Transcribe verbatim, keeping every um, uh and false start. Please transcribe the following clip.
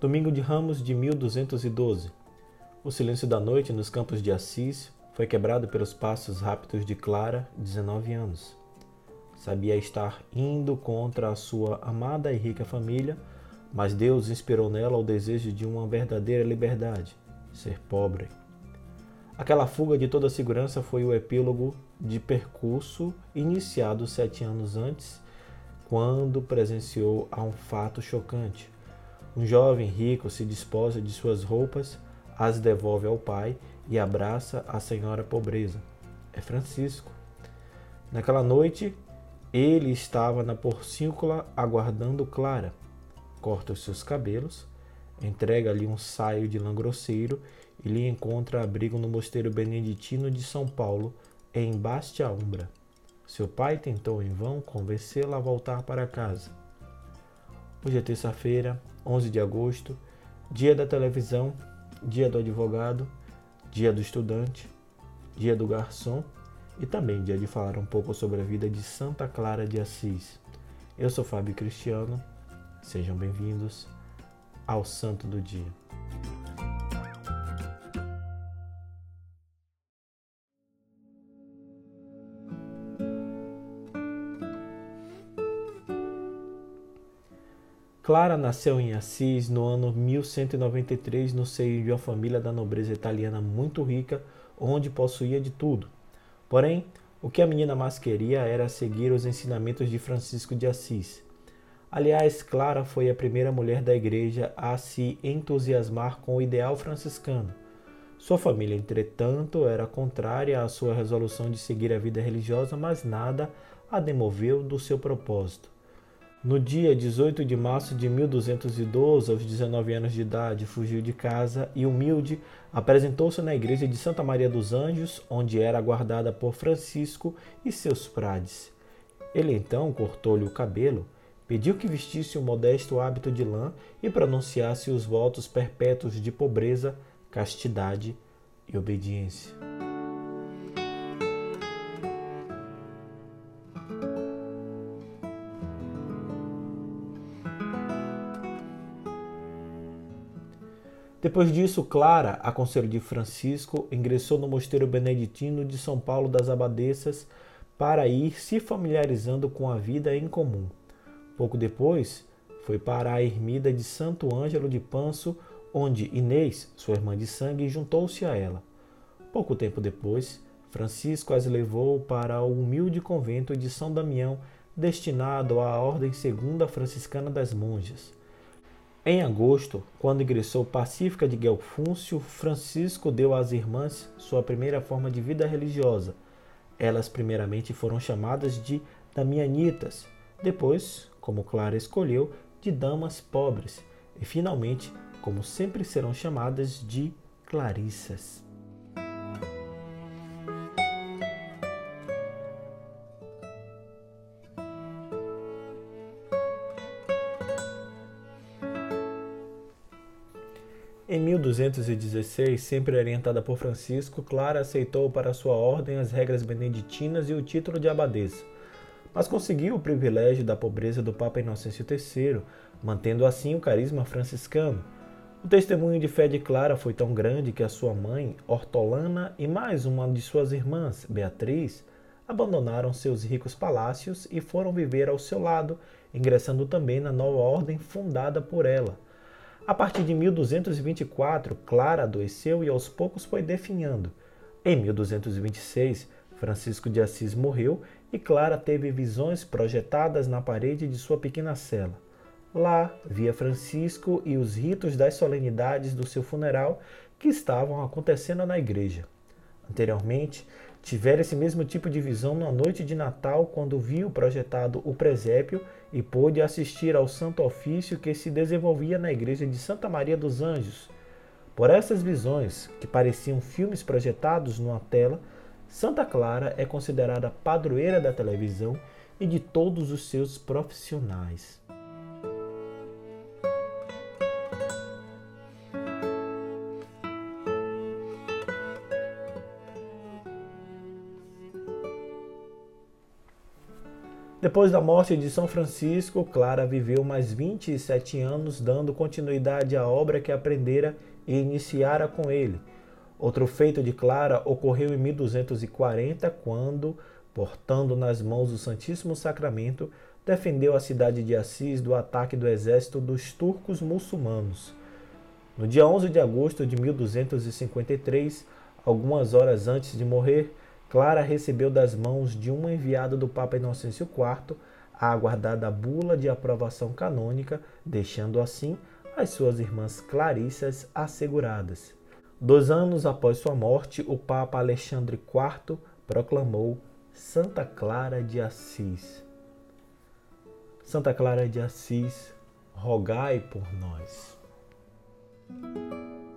Domingo de Ramos de mil duzentos e doze. O silêncio da noite nos campos de Assis foi quebrado pelos passos rápidos de Clara, dezenove anos. Sabia estar indo contra a sua amada e rica família, mas Deus inspirou nela o desejo de uma verdadeira liberdade, ser pobre. Aquela fuga de toda segurança foi o epílogo de percurso iniciado sete anos antes, quando presenciou a um fato chocante. Um jovem rico se desposa de suas roupas, as devolve ao pai e abraça a senhora pobreza. É Francisco. Naquela noite, ele estava na porcíncula aguardando Clara. Corta os seus cabelos, entrega-lhe um saio de lã grosseiro e lhe encontra abrigo no mosteiro beneditino de São Paulo, em Bastia Umbra. Seu pai tentou em vão convencê-la a voltar para casa. Hoje é terça-feira, onze de agosto, dia da televisão, dia do advogado, dia do estudante, dia do garçom e também dia de falar um pouco sobre a vida de Santa Clara de Assis. Eu sou Fábio Cristiano, sejam bem-vindos ao Santo do Dia. Clara nasceu em Assis no ano mil cento e noventa e três no seio de uma família da nobreza italiana muito rica, onde possuía de tudo. Porém, o que a menina mais queria era seguir os ensinamentos de Francisco de Assis. Aliás, Clara foi a primeira mulher da igreja a se entusiasmar com o ideal franciscano. Sua família, entretanto, era contrária à sua resolução de seguir a vida religiosa, mas nada a demoveu do seu propósito. No dia dezoito de março de mil duzentos e doze, aos dezenove anos de idade, fugiu de casa e, humilde, apresentou-se na igreja de Santa Maria dos Anjos, onde era aguardada por Francisco e seus frades. Ele então cortou-lhe o cabelo, pediu que vestisse um modesto hábito de lã e pronunciasse os votos perpétuos de pobreza, castidade e obediência. Depois disso, Clara, a conselho de Francisco, ingressou no mosteiro beneditino de São Paulo das Abadesas para ir se familiarizando com a vida em comum. Pouco depois, foi para a ermida de Santo Ângelo de Panso, onde Inês, sua irmã de sangue, juntou-se a ela. Pouco tempo depois, Francisco as levou para o humilde convento de São Damião, destinado à Ordem Segunda Franciscana das Monjas. Em agosto, quando ingressou pacífica de Guelfúncio, Francisco deu às irmãs sua primeira forma de vida religiosa. Elas primeiramente foram chamadas de damianitas, depois, como Clara escolheu, de damas pobres e finalmente, como sempre serão chamadas, de clarissas. Em mil duzentos e dezesseis, sempre orientada por Francisco, Clara aceitou para sua ordem as regras beneditinas e o título de abadesa, mas conseguiu o privilégio da pobreza do Papa Inocêncio terceiro, mantendo assim o carisma franciscano. O testemunho de fé de Clara foi tão grande que a sua mãe, Hortolana, e mais uma de suas irmãs, Beatriz, abandonaram seus ricos palácios e foram viver ao seu lado, ingressando também na nova ordem fundada por ela. A partir de mil duzentos e vinte e quatro, Clara adoeceu e aos poucos foi definhando. Em mil duzentos e vinte e seis, Francisco de Assis morreu e Clara teve visões projetadas na parede de sua pequena cela. Lá, via Francisco e os ritos das solenidades do seu funeral que estavam acontecendo na igreja. Anteriormente, tivera esse mesmo tipo de visão na noite de Natal, quando viu projetado o presépio e pôde assistir ao santo ofício que se desenvolvia na igreja de Santa Maria dos Anjos. Por essas visões, que pareciam filmes projetados numa tela, Santa Clara é considerada padroeira da televisão e de todos os seus profissionais. Depois da morte de São Francisco, Clara viveu mais vinte e sete anos, dando continuidade à obra que aprendera e iniciara com ele. Outro feito de Clara ocorreu em mil duzentos e quarenta, quando, portando nas mãos o Santíssimo Sacramento, defendeu a cidade de Assis do ataque do exército dos turcos muçulmanos. No dia onze de agosto de mil duzentos e cinquenta e três, algumas horas antes de morrer, Clara recebeu das mãos de um enviado do Papa Inocêncio quarto a aguardada bula de aprovação canônica, deixando assim as suas irmãs clarissas asseguradas. Dois anos após sua morte, o Papa Alexandre quarto proclamou Santa Clara de Assis. Santa Clara de Assis, rogai por nós.